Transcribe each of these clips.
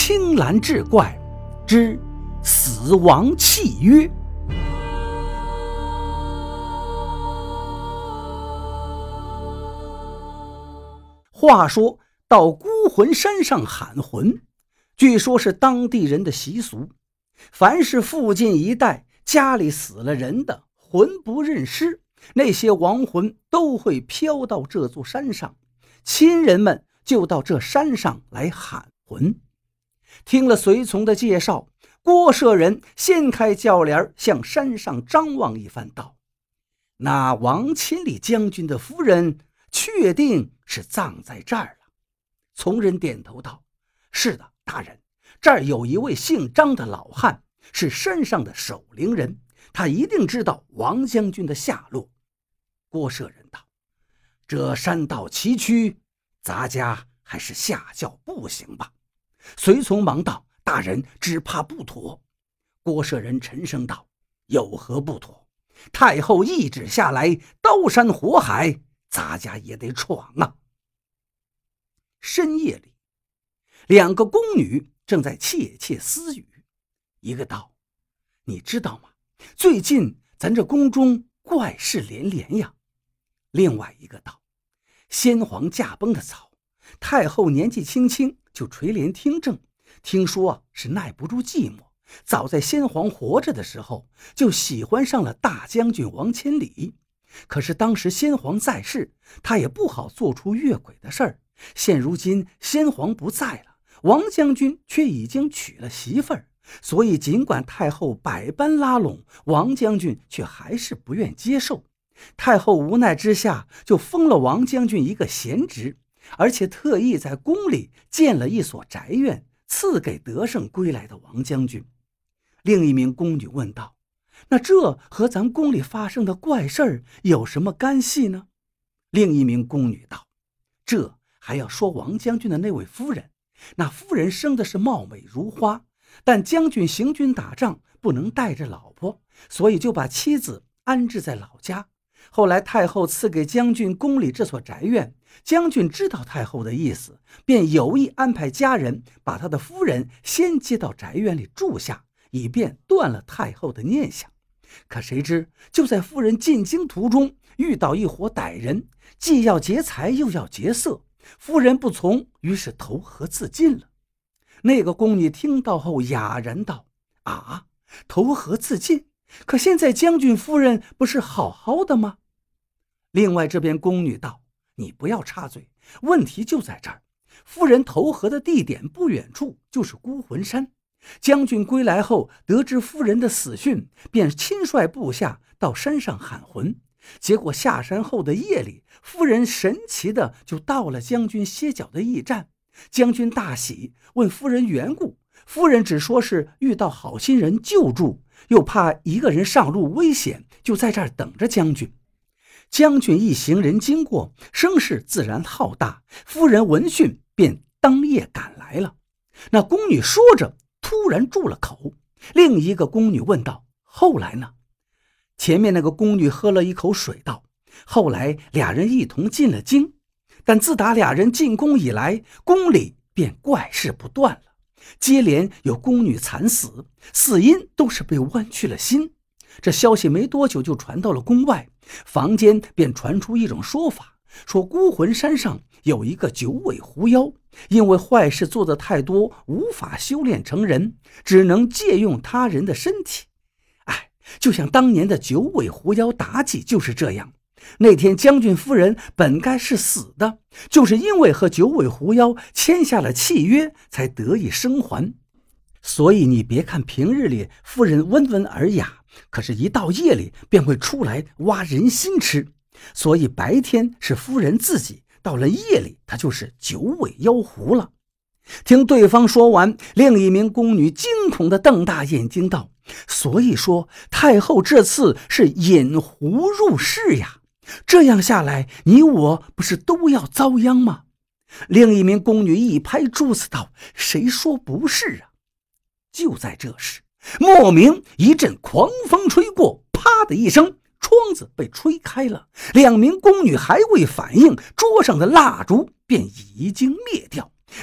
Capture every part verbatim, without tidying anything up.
青蓝志怪之死亡契约。话说到孤魂山上喊魂，据说是当地人的习俗，凡是附近一带家里死了人的，魂不认尸，那些亡魂都会飘到这座山上，亲人们就到这山上来喊魂。听了随从的介绍，郭舍人掀开轿帘向山上张望一番，道：那王千里将军的夫人确定是葬在这儿了。从人点头道：是的，大人，这儿有一位姓张的老汉，是山上的守灵人，他一定知道王将军的下落。郭舍人道：这山道崎岖，咱家还是下轿步行吧。随从忙道：大人只怕不妥。郭舍人沉声道：有何不妥？太后一旨下来，刀山火海，咱家也得闯啊。深夜里，两个宫女正在窃窃私语，一个道：你知道吗？最近咱这宫中怪事连连呀。另外一个道：先皇驾崩的早，太后年纪轻轻就垂帘听政，听说啊是耐不住寂寞，早在先皇活着的时候就喜欢上了大将军王千里。可是当时先皇在世，他也不好做出越轨的事儿。现如今先皇不在了，王将军却已经娶了媳妇儿，所以尽管太后百般拉拢，王将军却还是不愿接受。太后无奈之下，就封了王将军一个闲职，而且特意在宫里建了一所宅院，赐给得胜归来的王将军。另一名宫女问道：那这和咱宫里发生的怪事儿有什么干系呢？另一名宫女道：这还要说王将军的那位夫人，那夫人生的是貌美如花，但将军行军打仗不能带着老婆，所以就把妻子安置在老家。后来太后赐给将军宫里这所宅院，将军知道太后的意思，便有意安排家人把他的夫人先接到宅院里住下，以便断了太后的念想。可谁知就在夫人进京途中遇到一伙歹人，既要劫财又要劫色，夫人不从，于是投河自尽了。那个宫女听到后哑然道：啊，投河自尽？可现在将军夫人不是好好的吗？另外这边宫女道：你不要插嘴，问题就在这儿。夫人投河的地点不远处就是孤魂山，将军归来后得知夫人的死讯，便亲率部下到山上喊魂。结果下山后的夜里，夫人神奇的就到了将军歇脚的驿站。将军大喜，问夫人缘故，夫人只说是遇到好心人救助，又怕一个人上路危险，就在这儿等着将军。将军一行人经过，声势自然浩大，夫人闻讯便当夜赶来了。那宫女说着突然住了口。另一个宫女问道：后来呢？前面那个宫女喝了一口水道：后来俩人一同进了京，但自打俩人进宫以来，宫里便怪事不断了，接连有宫女惨死，死因都是被剜去了心。这消息没多久就传到了宫外，坊间便传出一种说法，说孤魂山上有一个九尾狐妖，因为坏事做得太多，无法修炼成人，只能借用他人的身体。哎，就像当年的九尾狐妖妲己就是这样。那天将军夫人本该是死的，就是因为和九尾狐妖签下了契约，才得以生还。所以你别看平日里夫人温文尔雅，可是一到夜里便会出来挖人心吃。所以白天是夫人自己，到了夜里她就是九尾妖狐了。听对方说完，另一名宫女惊恐地瞪大眼睛道：所以说太后这次是引狐入室呀，这样下来你我不是都要遭殃吗？另一名宫女一拍桌子道：谁说不是啊？就在这时，莫名一阵狂风吹过，啪的一声，窗子被吹开了。两名宫女还未反应，桌上的蜡烛便已经灭掉。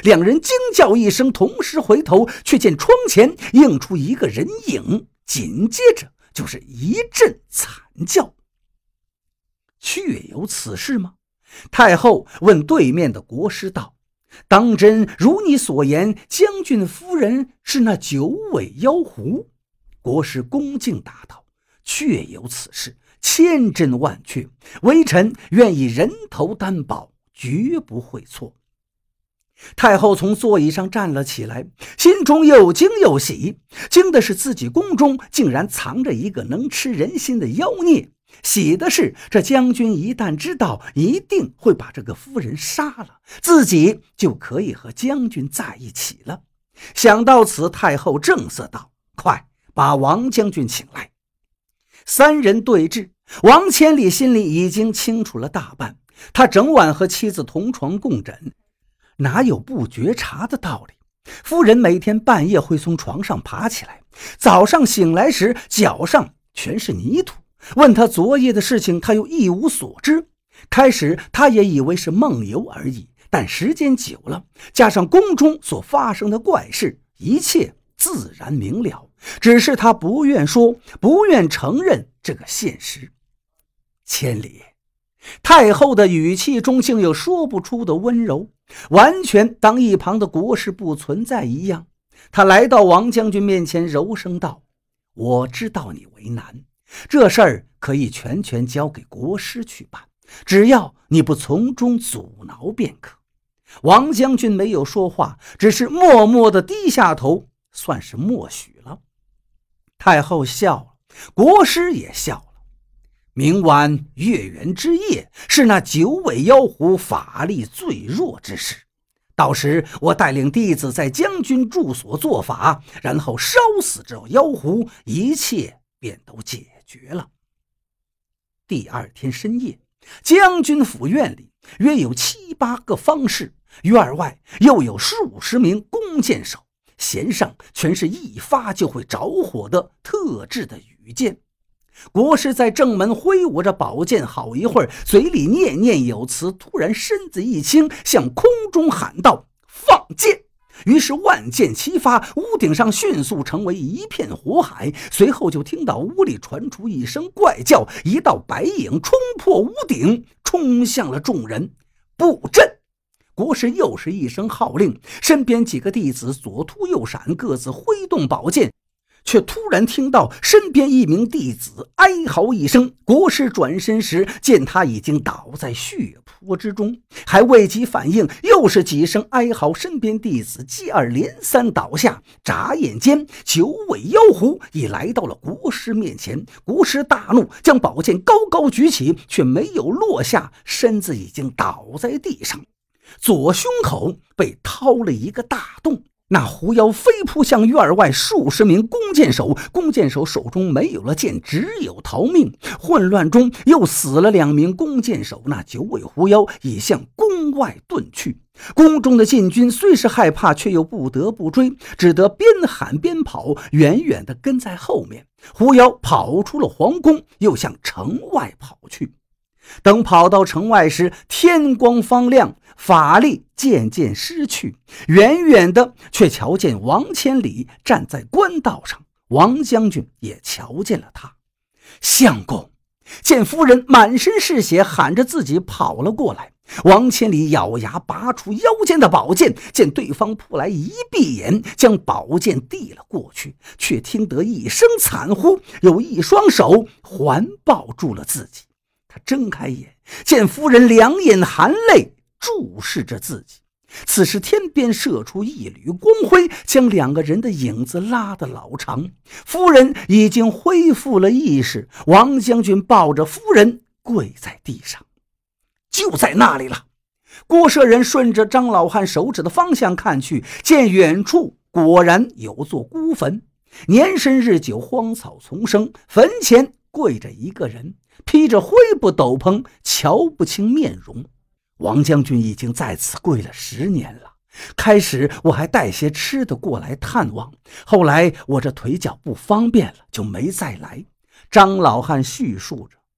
两人惊叫一声，同时回头，却见窗前映出一个人影，紧接着就是一阵惨叫。确有此事吗？太后问对面的国师道：当真如你所言，将军夫人是那九尾妖狐？国师恭敬答道：确有此事，千真万确，微臣愿以人头担保，绝不会错。太后从座椅上站了起来，心中又惊又喜，惊的是自己宫中竟然藏着一个能吃人心的妖孽，喜的是这将军一旦知道，一定会把这个夫人杀了，自己就可以和将军在一起了。想到此，太后正色道：快把王将军请来。三人对峙，王千里心里已经清楚了大半，他整晚和妻子同床共枕，哪有不觉察的道理？夫人每天半夜会从床上爬起来，早上醒来时脚上全是泥土，问他昨夜的事情，他又一无所知。开始他也以为是梦游而已，但时间久了，加上宫中所发生的怪事，一切自然明了，只是他不愿说，不愿承认这个现实。千里，太后的语气中竟有说不出的温柔，完全当一旁的国师不存在一样。他来到王将军面前，柔声道：我知道你为难，这事儿可以全权交给国师去办，只要你不从中阻挠便可。王将军没有说话，只是默默地低下头，算是默许了。太后笑了，国师也笑了。明晚月圆之夜是那九尾妖狐法力最弱之时，到时我带领弟子在将军住所做法，然后烧死这妖狐，一切便都解决了。第二天深夜，将军府院里约有七八个方士，院外又有数十名弓箭手，弦上全是一发就会着火的特制的羽箭。国师在正门挥舞着宝剑好一会儿，嘴里念念有词，突然身子一轻，向空中喊道：放箭！于是万箭齐发，屋顶上迅速成为一片火海，随后就听到屋里传出一声怪叫，一道白影冲破屋顶，冲向了众人。布阵！国师又是一声号令，身边几个弟子左突右闪，各自挥动宝剑，却突然听到身边一名弟子哀嚎一声。国师转身时，见他已经倒在血泊之中，还未及反应，又是几声哀嚎，身边弟子接二连三倒下。眨眼间，九尾妖狐已来到了国师面前。国师大怒，将宝剑高高举起，却没有落下，身子已经倒在地上，左胸口被掏了一个大洞。那狐妖飞扑向院外数十名弓箭手，弓箭手手中没有了箭，只有逃命。混乱中又死了两名弓箭手，那九尾狐妖已向宫外遁去。宫中的禁军虽是害怕，却又不得不追，只得边喊边跑，远远地跟在后面。狐妖跑出了皇宫，又向城外跑去。等跑到城外时，天光方亮，法力渐渐失去，远远的却瞧见王千里站在官道上，王将军也瞧见了他。相公！见夫人满身是血，喊着自己跑了过来。王千里咬牙拔出腰间的宝剑，见对方扑来，一闭眼将宝剑递了过去，却听得一声惨呼，有一双手环抱住了自己。他睁开眼，见夫人两眼含泪注视着自己。此时天边射出一缕光辉，将两个人的影子拉得老长。夫人已经恢复了意识，王将军抱着夫人跪在地上。就在那里了！郭舍人顺着张老汉手指的方向看去，见远处果然有座孤坟，年深日久，荒草丛生，坟前跪着一个人，披着灰布斗篷，瞧不清面容。王将军已经在此跪了十年了，开始我还带些吃的过来探望，后来我这腿脚不方便了，就没再来。张老汉叙述着。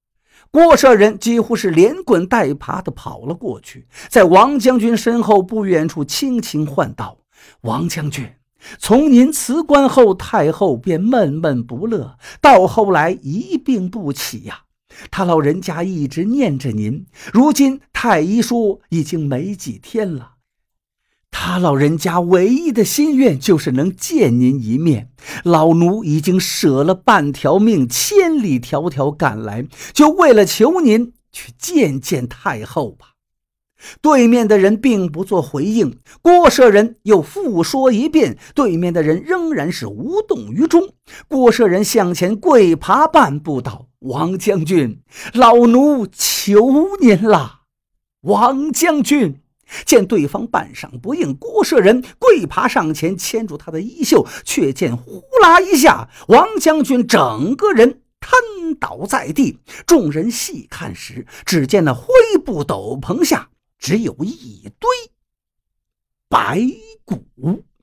郭舍人几乎是连滚带爬地跑了过去，在王将军身后不远处轻轻唤道：“王将军，从您辞官后，太后便闷闷不乐，到后来一病不起呀。他老人家一直念着您，如今太医说已经没几天了。他老人家唯一的心愿就是能见您一面，老奴已经舍了半条命，千里迢迢赶来，就为了求您去见见太后吧。”对面的人并不做回应，郭舍人又复说一遍，对面的人仍然是无动于衷。郭舍人向前跪爬半步道：“王将军，老奴求您了。”王将军见对方半晌不应，郭舍人跪爬上前牵住他的衣袖，却见呼啦一下，王将军整个人瘫倒在地。众人细看时，只见那灰布斗篷下只有一堆白骨。